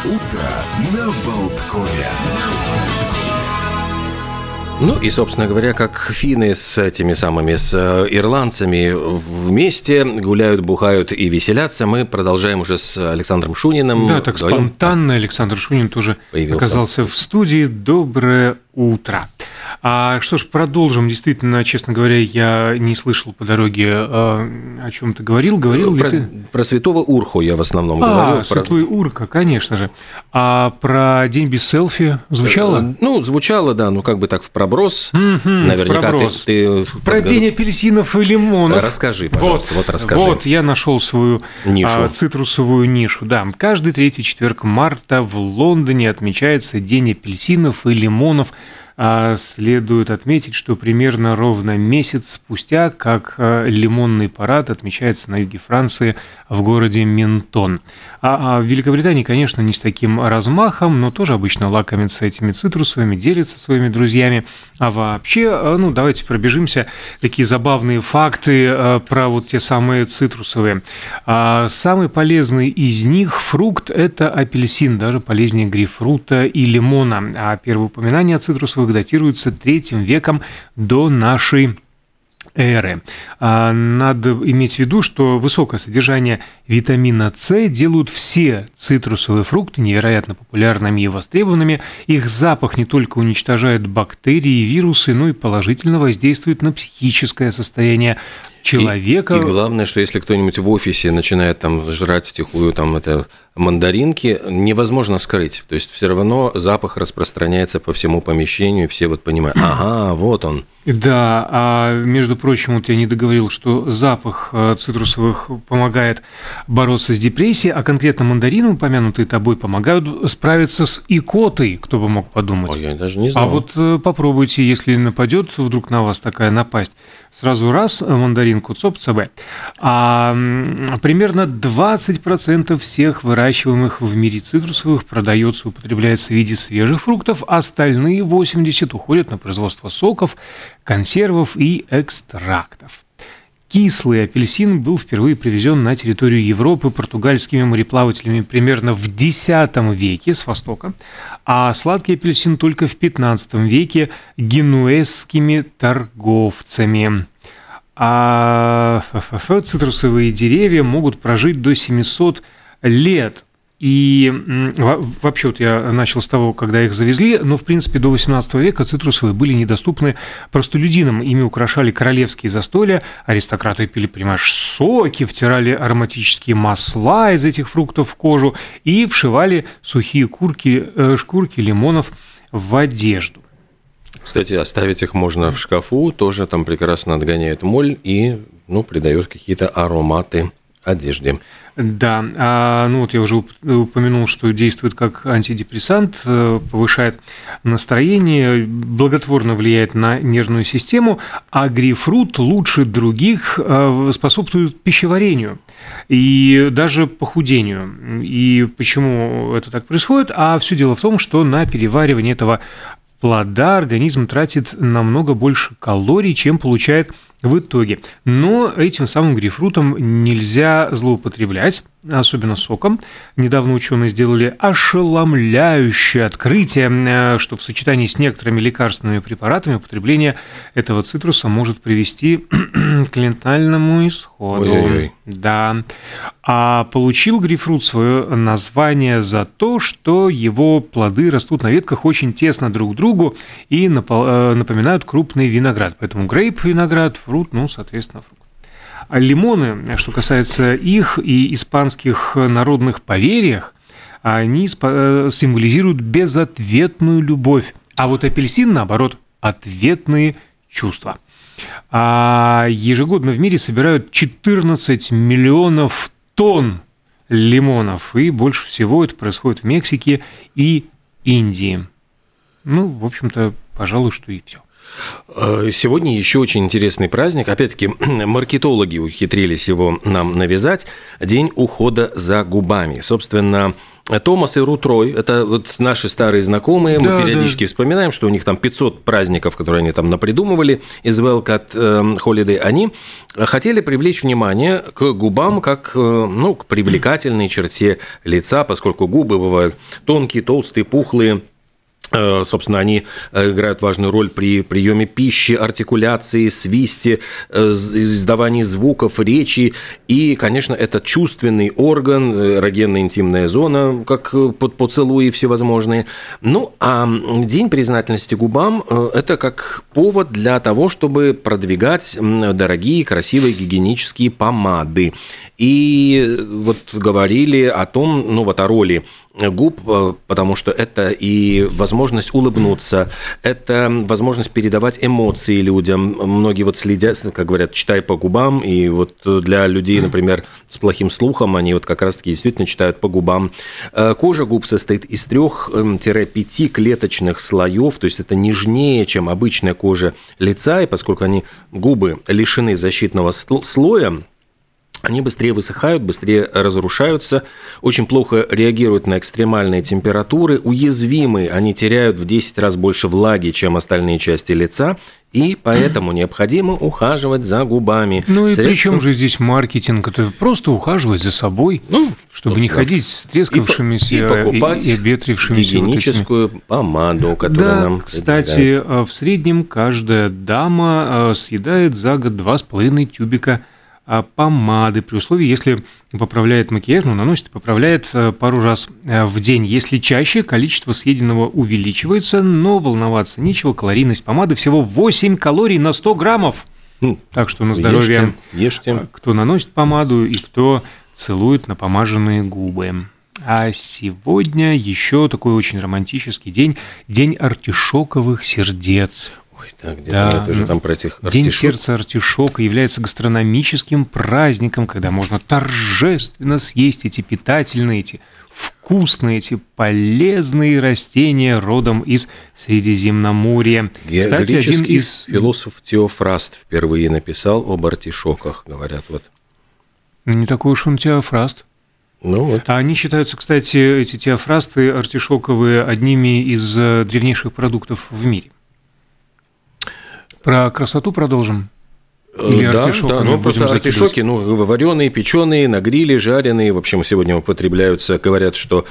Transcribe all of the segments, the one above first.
Утро на Болткове. Ну и, собственно говоря, как финны с этими самыми, с ирландцами вместе гуляют, бухают и веселятся, мы продолжаем уже с Александром Шуниным. Да, так вдвоем. Спонтанно Александр Шунин тоже оказался в студии. Доброе утро. Что ж, продолжим. Действительно, честно говоря, я не слышал по дороге, о чем ты говорил. Говорил ли ты? Про святого Урху я в основном говорил. Святой Урка, конечно же. А про день без селфи звучало? Звучало, да, как бы так в проброс. Наверняка ты про день апельсинов и лимонов. Расскажи, пожалуйста, расскажи. Вот, я нашел свою цитрусовую нишу. Да, каждый третий четверг марта в Лондоне отмечается день апельсинов и лимонов. Следует отметить, что примерно ровно месяц спустя, как лимонный парад отмечается на юге Франции в городе Ментон. В Великобритании, конечно, не с таким размахом, но тоже обычно лакомятся этими цитрусовыми, делятся своими друзьями. А вообще, давайте пробежимся. Такие забавные факты про вот те самые цитрусовые. Самый полезный из них фрукт – это апельсин, даже полезнее грейпфрута и лимона. А первое упоминание о цитрусовых датируется 3 веком до нашей эры. Надо иметь в виду, что высокое содержание витамина С делают все цитрусовые фрукты невероятно популярными и востребованными. Их запах не только уничтожает бактерии и вирусы, но и положительно воздействует на психическое состояние человека. И главное, что если кто-нибудь в офисе начинает там жрать втихую мандаринки, невозможно скрыть. То есть все равно запах распространяется по всему помещению, и все понимают, вот он. Да, между прочим, я не договорил, что запах цитрусовых помогает бороться с депрессией, а конкретно мандарины, упомянутые тобой, помогают справиться с икотой, кто бы мог подумать. Я даже не знал. А вот попробуйте, если нападет вдруг на вас такая напасть, сразу раз мандаринку цоп-цабе. Примерно 20% всех выращиваемых в мире цитрусовых продается, употребляется в виде свежих фруктов, остальные 80% уходят на производство соков, консервов и экстрактов. Кислый апельсин был впервые привезен на территорию Европы португальскими мореплавателями примерно в X веке с востока, а сладкий апельсин только в XV веке генуэзскими торговцами. Цитрусовые деревья могут прожить до 700 лет. И вообще я начал с того, когда их завезли, но, в принципе, до XVIII века цитрусовые были недоступны простолюдинам. Ими украшали королевские застолья, аристократы пили, соки, втирали ароматические масла из этих фруктов в кожу и вшивали сухие шкурки лимонов в одежду. Кстати, оставить их можно в шкафу, тоже там прекрасно отгоняет моль и придает какие-то ароматы одежде. Да, я уже упомянул, что действует как антидепрессант, повышает настроение, благотворно влияет на нервную систему, а грейпфрут лучше других способствует пищеварению и даже похудению. И почему это так происходит? А все дело в том, что на переваривание этого плода организм тратит намного больше калорий, чем получает в итоге. Но этим самым грейпфрутом нельзя злоупотреблять, особенно соком. Недавно ученые сделали ошеломляющее открытие, что в сочетании с некоторыми лекарственными препаратами употребление этого цитруса может привести к летальному исходу. Ой-ой-ой. Да. А получил грейпфрут свое название за то, что его плоды растут на ветках очень тесно друг к другу и напоминают крупный виноград. Поэтому грейп-виноград, фрут, соответственно, фрукт. А лимоны, что касается их и испанских народных поверьях, они символизируют безответную любовь, а вот апельсин, наоборот, ответные чувства. Ежегодно в мире собирают 14 миллионов тонн лимонов, и больше всего это происходит в Мексике и Индии. В общем-то, пожалуй, что и все. Сегодня еще очень интересный праздник. Опять-таки, маркетологи ухитрились его нам навязать. День ухода за губами. Собственно, Томас и Рут Рой, это вот наши старые знакомые, мы периодически вспоминаем, что у них там 500 праздников, которые они там напридумывали из Welcome Holiday, они хотели привлечь внимание к губам как, к привлекательной черте лица, поскольку губы бывают тонкие, толстые, пухлые. Собственно, они играют важную роль при приеме пищи, артикуляции, свисте, издавании звуков, речи. И, конечно, это чувственный орган, эрогенная интимная зона, как поцелуи всевозможные. Ну, а День признательности губам – это как повод для того, чтобы продвигать дорогие, красивые гигиенические помады. И вот говорили о том, о роли губ, потому что это и возможность улыбнуться, это возможность передавать эмоции людям. Многие вот следят, как говорят, читай по губам, и вот для людей, например, с плохим слухом, они вот как раз-таки действительно читают по губам. Кожа губ состоит из 3-5 клеточных слоев, то есть это нежнее, чем обычная кожа лица, и поскольку губы лишены защитного слоя, они быстрее высыхают, быстрее разрушаются, очень плохо реагируют на экстремальные температуры, уязвимы, они теряют в 10 раз больше влаги, чем остальные части лица, и поэтому необходимо ухаживать за губами. Ну и при чем же здесь маркетинг? Это просто ухаживать за собой, чтобы не ходить с трескавшимися и обветрившимися. Гигиеническую помаду, которую нам... Кстати, в среднем каждая дама съедает за год 2,5 тюбика помады, при условии, если поправляет макияж, наносит и поправляет пару раз в день. Если чаще, количество съеденного увеличивается, но волноваться нечего. Калорийность помады всего 8 калорий на 100 граммов. Так что на здоровье ешьте. Кто наносит помаду и кто целует напомаженные губы. А сегодня еще такой очень романтический день – День артишоковых сердец. Я тоже там про этих артишок. День сердца артишока является гастрономическим праздником, когда можно торжественно съесть эти питательные, эти вкусные, эти полезные растения родом из Средиземноморья. Кстати, один из философ Теофраст впервые написал об артишоках, говорят вот. Не такой уж он теофраст. А они считаются, кстати, эти теофрасты артишоковые, одними из древнейших продуктов в мире. Про красоту продолжим? Или просто артишоки, вареные, печеные, на гриле, жареные, в общем, сегодня употребляются, говорят, что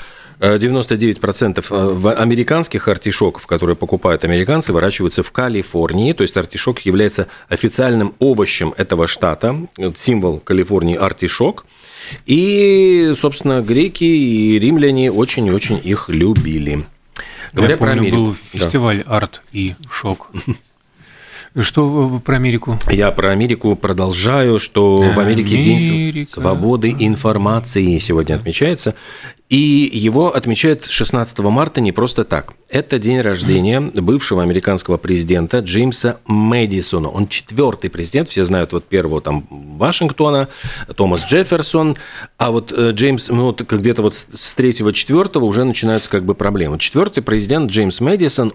99% американских артишоков, которые покупают американцы, выращиваются в Калифорнии, то есть артишок является официальным овощем этого штата, символ Калифорнии артишок, и, собственно, греки и римляне очень-очень их любили. Говоря про Америку. Был фестиваль «Арт и шок». Что про Америку? Я про Америку продолжаю, что в Америке День свободы информации сегодня отмечается. И его отмечают 16 марта не просто так. Это день рождения бывшего американского президента Джеймса Мэдисона. Он 4-й президент, все знают вот первого там Вашингтона, Томас Джефферсон, а вот Джеймс, где-то вот с 3-4 уже начинаются как бы проблемы. 4-й президент Джеймс Мэдисон,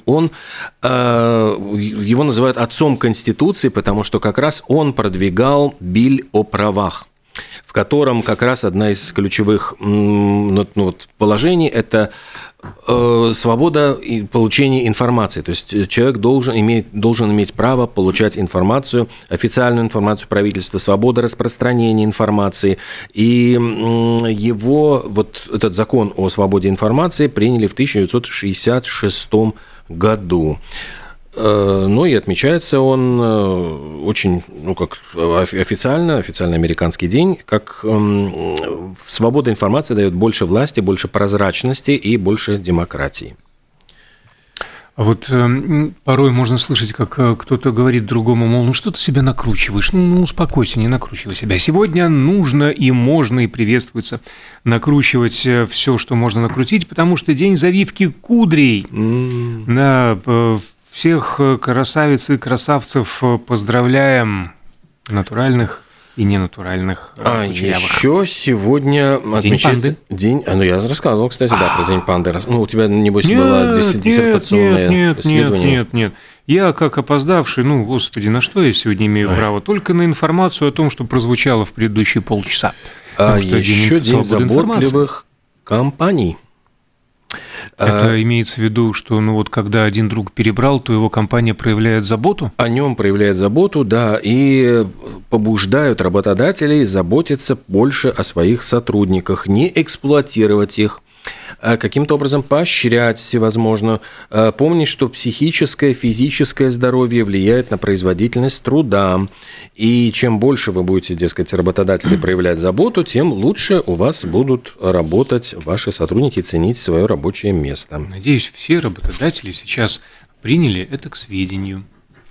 его называют отцом Конституции, потому что как раз он продвигал Билл о правах, в котором как раз одна из ключевых положений – это свобода получения информации. То есть человек должен иметь право получать информацию, официальную информацию правительства, свобода распространения информации. И этот закон о свободе информации приняли в 1966 году. И отмечается он очень, как официальный американский день, как свобода информации дает больше власти, больше прозрачности и больше демократии. А вот порой можно слышать, как кто-то говорит другому, мол, что ты себя накручиваешь? Успокойся, не накручивай себя. Сегодня нужно и можно, и приветствуется накручивать все, что можно накрутить, потому что день завивки кудрей. Всех красавиц и красавцев поздравляем, натуральных и ненатуральных. Еще сегодня отмечается день... я рассказывал, кстати, про День панды. У тебя, небось, было диссертационное исследование. Нет. Я, как опоздавший, господи, на что я сегодня имею право? Только на информацию о том, что прозвучало в предыдущие полчаса. Еще День заботливых компаний. Это имеется в виду, что когда один друг перебрал, то его компания проявляет заботу? О нем проявляет заботу, да, и побуждают работодателей заботиться больше о своих сотрудниках, не эксплуатировать их, каким-то образом поощрять всевозможно, помнить, что психическое, физическое здоровье влияет на производительность труда, и чем больше вы будете, дескать, работодатели проявлять заботу, тем лучше у вас будут работать ваши сотрудники, ценить свое рабочее место. Надеюсь, все работодатели сейчас приняли это к сведению.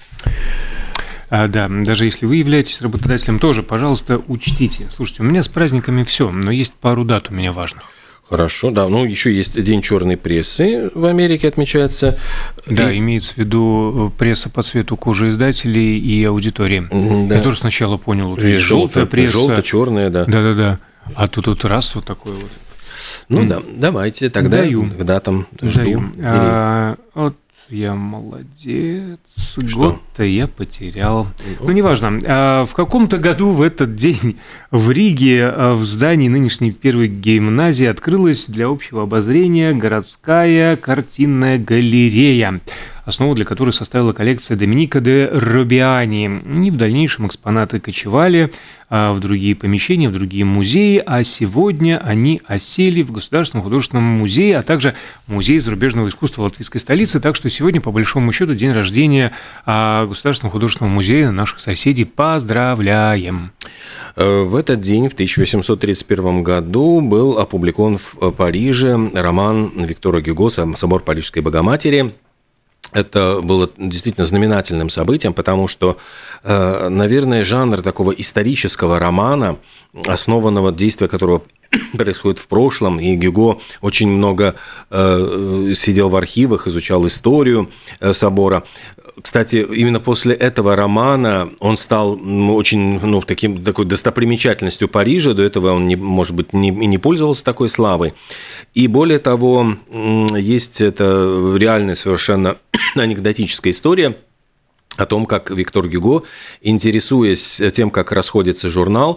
Да, даже если вы являетесь работодателем тоже, пожалуйста, учтите. Слушайте, у меня с праздниками все, но есть пару дат у меня важных. Хорошо, да. Еще есть День черной прессы в Америке отмечается. Да, имеется в виду пресса по цвету кожи издателей и аудитории. Да. Я тоже сначала понял, вот есть желтая пресса. Желто-черная, да. Да. А тут раз вот такой вот. Да, давайте тогда к датам жду. Вот я молодец. Год-то я потерял. Неважно. В каком-то году в этот день в Риге в здании нынешней первой гимназии открылась для общего обозрения городская картинная галерея, основу для которой составила коллекция Доминика де Робиани. И в дальнейшем экспонаты кочевали в другие помещения, в другие музеи, а сегодня они осели в Государственном художественном музее, а также Музее зарубежного искусства латвийской столицы. Так что сегодня, по большому счету, день рождения Государственного художественного музея наших соседей. Поздравляем! В этот день, в 1831 году, был опубликован в Париже роман Виктора Гюго «Собор Парижской Богоматери». Это было действительно знаменательным событием, потому что, наверное, жанр такого исторического романа, основанного действия которого происходит в прошлом, и Гюго очень много сидел в архивах, изучал историю собора. Кстати, именно после этого романа он стал очень такой достопримечательностью Парижа. До этого он, может быть, не пользовался такой славой. И более того, есть это реальная совершенно анекдотическая история о том, как Виктор Гюго, интересуясь тем, как расходится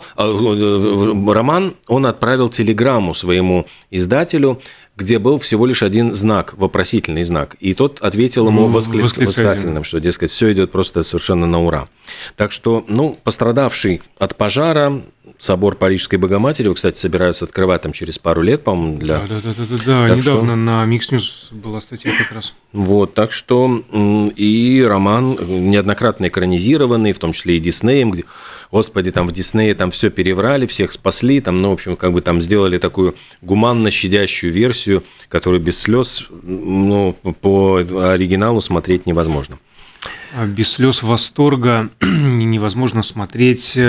роман, он отправил телеграмму своему издателю, где был всего лишь один знак, вопросительный знак. И тот ответил ему восклицательным, что, дескать, все идет просто совершенно на ура. Так что, пострадавший от пожара собор Парижской Богоматери, кстати, собираются открывать там через пару лет, по-моему, Да, недавно на Mix News была статья как раз. Так что и роман неоднократно экранизированный, в том числе и Диснеем, где, господи, там в Диснее там все переврали, всех спасли, там, в общем, там сделали такую гуманно щадящую версию, которую без слез, по оригиналу смотреть невозможно. Без слез восторга невозможно смотреть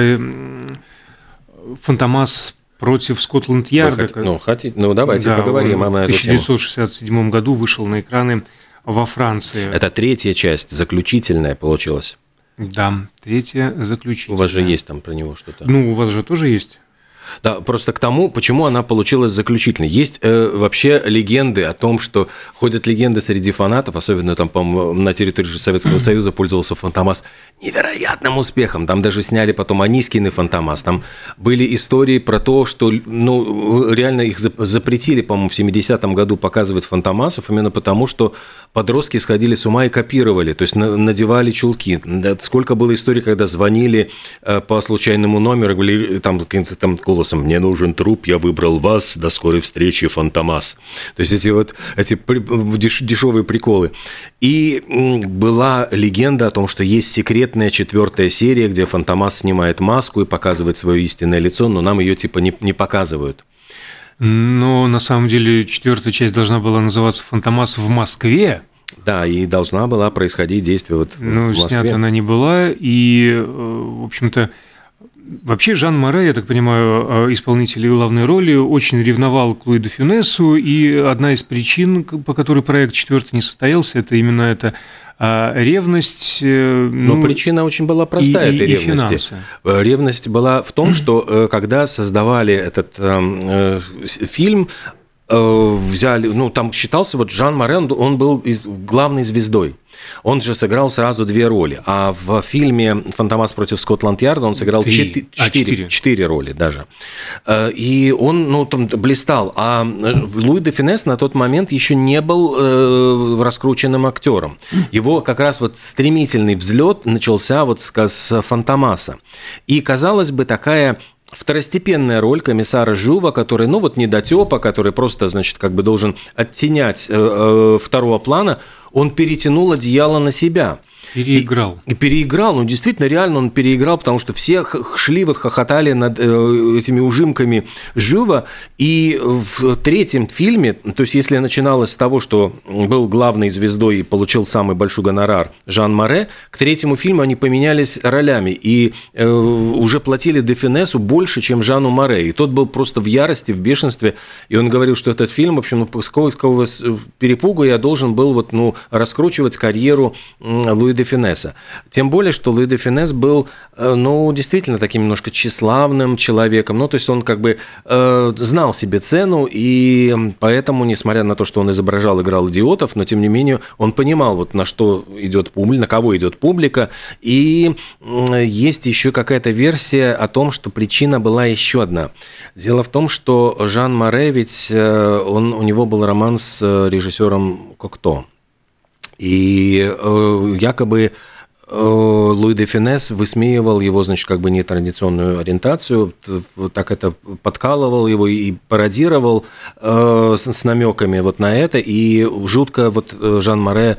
«Фантомас против Скотланд-Ярда». Давайте поговорим на эту тему. В 1967 году вышел на экраны во Франции. Это третья часть, заключительная получилась. Да, третья заключительная. У вас же есть там про него что-то. У вас же тоже есть. Да, просто к тому, почему она получилась заключительной. Есть вообще легенды о том, что ходят легенды среди фанатов, особенно там, по-моему, на территории Советского Союза пользовался «Фантомас» невероятным успехом. Там даже сняли потом Анискин и «Фантомас». Там были истории про то, что реально их запретили, по-моему, в 70-м году показывать «Фантомасов», именно потому, что подростки сходили с ума и копировали, то есть надевали чулки. Сколько было историй, когда звонили по случайному номеру, говорили каким-то там голосом: «Мне нужен труп, я выбрал вас, до скорой встречи, Фантомас». То есть эти дешевые приколы. И была легенда о том, что есть секретная 4-я серия, где Фантомас снимает маску и показывает свое истинное лицо, но нам ее не показывают. Но на самом деле 4-я часть должна была называться «Фантомас в Москве». Да, и должна была происходить действие в Москве. Снята она не была, и, в общем-то, вообще Жан Море, я так понимаю, исполнитель главной роли, очень ревновал к Луи де Фюнесу, и одна из причин, по которой проект 4 не состоялся, это именно эта ревность. Но причина очень была простая этой ревности. Финансы. Ревность была в том, что когда создавали этот фильм, взяли, ну, там считался, вот Жан Море, он был главной звездой. Он же сыграл сразу 2 роли. А в фильме «Фантомас против Скотланд-Ярда» он сыграл 4 роли даже. И он, ну, там блистал. А Луи де Фюнес на тот момент еще не был раскрученным актером. Его как раз вот стремительный взлет начался вот с «Фантомаса». И, казалось бы, такая второстепенная роль комиссара Жюва, который, ну, вот недотёпа, который просто, значит, как бы должен оттенять второго плана, он перетянул одеяло на себя. Переиграл. И переиграл, ну, действительно, реально он переиграл, потому что все шли, вот хохотали над этими ужимками Жюва, и в 3-м фильме, то есть если начиналось с того, что был главной звездой и получил самый большой гонорар Жан Море, к 3-му фильму они поменялись ролями, и уже платили де Фюнесу больше, чем Жану Море, и тот был просто в ярости, в бешенстве, и он говорил, что этот фильм, в общем, ну, с какого перепугу я должен был вот, ну, раскручивать карьеру Луи де Фюнеса. Тем более, что Луи де Фюнес был, ну, действительно таким немножко тщеславным человеком. Ну, то есть он как бы знал себе цену, и поэтому, несмотря на то, что он играл идиотов, но тем не менее он понимал, вот на что идет публика, на кого идет публика. И есть еще какая-то версия о том, что причина была еще одна. Дело в том, что Жан Море, ведь у него был роман с режиссером Кокто. И якобы Луи де Фюнес высмеивал его, значит, как бы нетрадиционную ориентацию, так это подкалывал его и пародировал с намеками вот на это, и жутко вот Жан Море,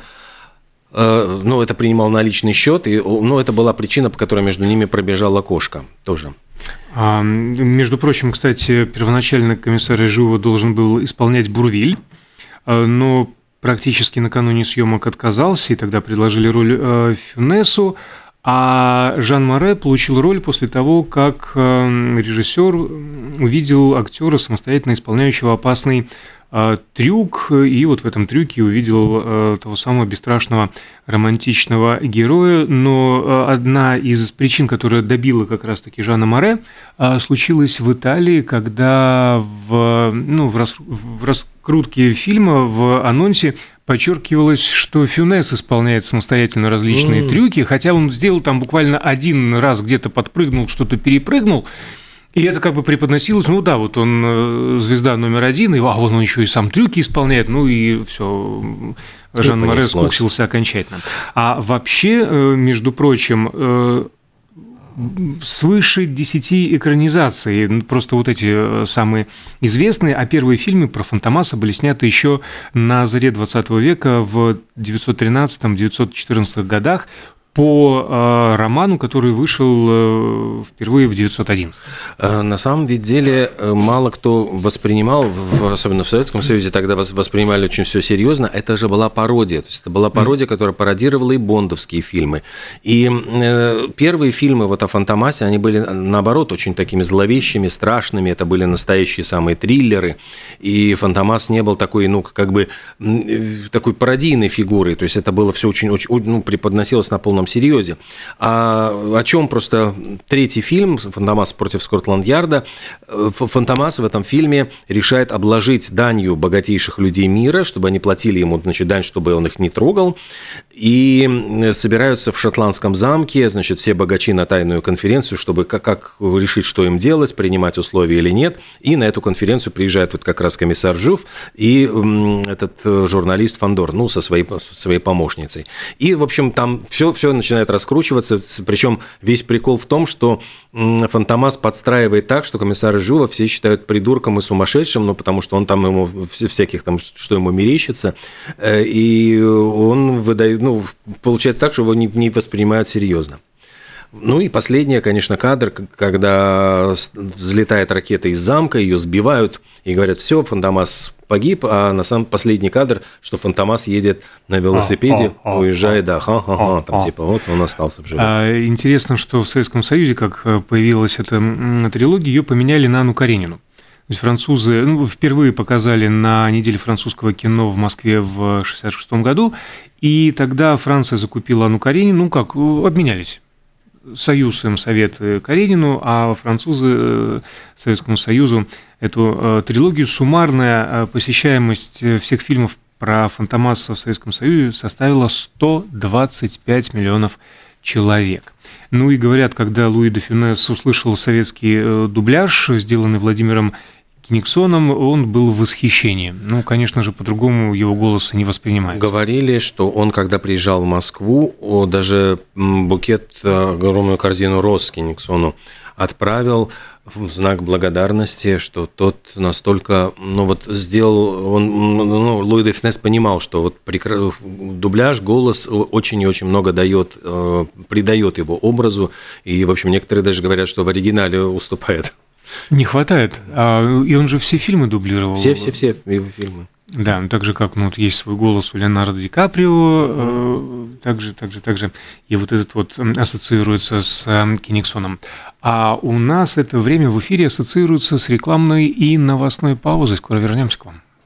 ну, это принимал на личный счет, и, ну, это была причина, по которой между ними пробежала кошка тоже. Между прочим, кстати, первоначально комиссар Жюва должен был исполнять Бурвиль, но практически накануне съемок отказался, и тогда предложили роль Фюнесу, а Жан Море получил роль после того, как режиссер увидел актера, самостоятельно исполняющего опасный трюк, и вот в этом трюке увидел того самого бесстрашного романтичного героя. Но одна из причин, которая добила как раз-таки Жана Море, случилась в Италии, когда в раскрутке фильма, в анонсе подчеркивалось, что Фюнес исполняет самостоятельно различные трюки, хотя он сделал там буквально один раз, где-то подпрыгнул, что-то перепрыгнул. И это как бы преподносилось, ну да, вот он звезда номер 1, и вот он еще и сам трюки исполняет, ну и все, Жан Море скуксился окончательно. А вообще, между прочим, свыше 10 экранизаций, просто вот эти самые известные, а первые фильмы про Фантомаса были сняты еще на заре 20 века, в 913-914 годах, по роману, который вышел впервые в 911. На самом деле мало кто воспринимал, особенно в Советском Союзе, тогда воспринимали очень все серьезно. Это же была пародия. То есть это была пародия, которая пародировала и бондовские фильмы. И первые фильмы вот о Фантомасе, они были, наоборот, очень такими зловещими, страшными. Это были настоящие самые триллеры. И Фантомас не был такой, ну, как бы, такой пародийной фигурой. То есть это было все очень, ну, преподносилось на полном серьезе. А о чем просто 3-й фильм «Фантомас против Скотланд-Ярда». Фантомас в этом фильме решает обложить данью богатейших людей мира, чтобы они платили ему, значит, дань, чтобы он их не трогал. И собираются в шотландском замке, значит, все богачи на тайную конференцию, чтобы как решить, что им делать, принимать условия или нет. И на эту конференцию приезжает вот как раз комиссар Жюв и этот журналист Фандор, ну, со своей помощницей. И, в общем, там все начинает раскручиваться, причем весь прикол в том, что Фантомас подстраивает так, что комиссара Жюва все считают придурком и сумасшедшим, ну, потому что он там ему всяких там, что ему мерещится, и он выдает, ну, получается так, что его не воспринимают серьезно. Ну и последний, конечно, кадр, когда взлетает ракета из замка, ее сбивают и говорят: все, Фантомас погиб, а на самом последний кадр, что Фантомас едет на велосипеде, уезжает, да, там типа вот он остался в живых. Интересно, что в Советском Союзе, как появилась эта трилогия, ее поменяли на Анну Каренину. То есть французы впервые показали на неделе французского кино в Москве в 1966 году, и тогда Франция закупила Анну Каренину, ну как, обменялись. Союз им совет Каренину, а французы Советскому Союзу эту трилогию. Суммарная посещаемость всех фильмов про Фантомаса в Советском Союзе составила 125 миллионов человек. Ну и говорят, когда Луи де Фюнес услышал советский дубляж, сделанный Владимиром Кениксоном, он был в восхищении. Ну, конечно же, по-другому его голос не воспринимается. Говорили, что он, когда приезжал в Москву, даже букет, огромную корзину роз Кениксону отправил в знак благодарности, что тот настолько, сделал, Луи де Фюнес понимал, что дубляж, голос очень и очень много придает его образу, и, в общем, некоторые даже говорят, что в оригинале уступает. Не хватает. И он же все фильмы дублировал. Все его фильмы. Да, так же, как есть свой голос у Леонардо Ди Каприо, также и вот этот ассоциируется с Кениксоном. А у нас это время в эфире ассоциируется с рекламной и новостной паузой. Скоро вернемся к вам.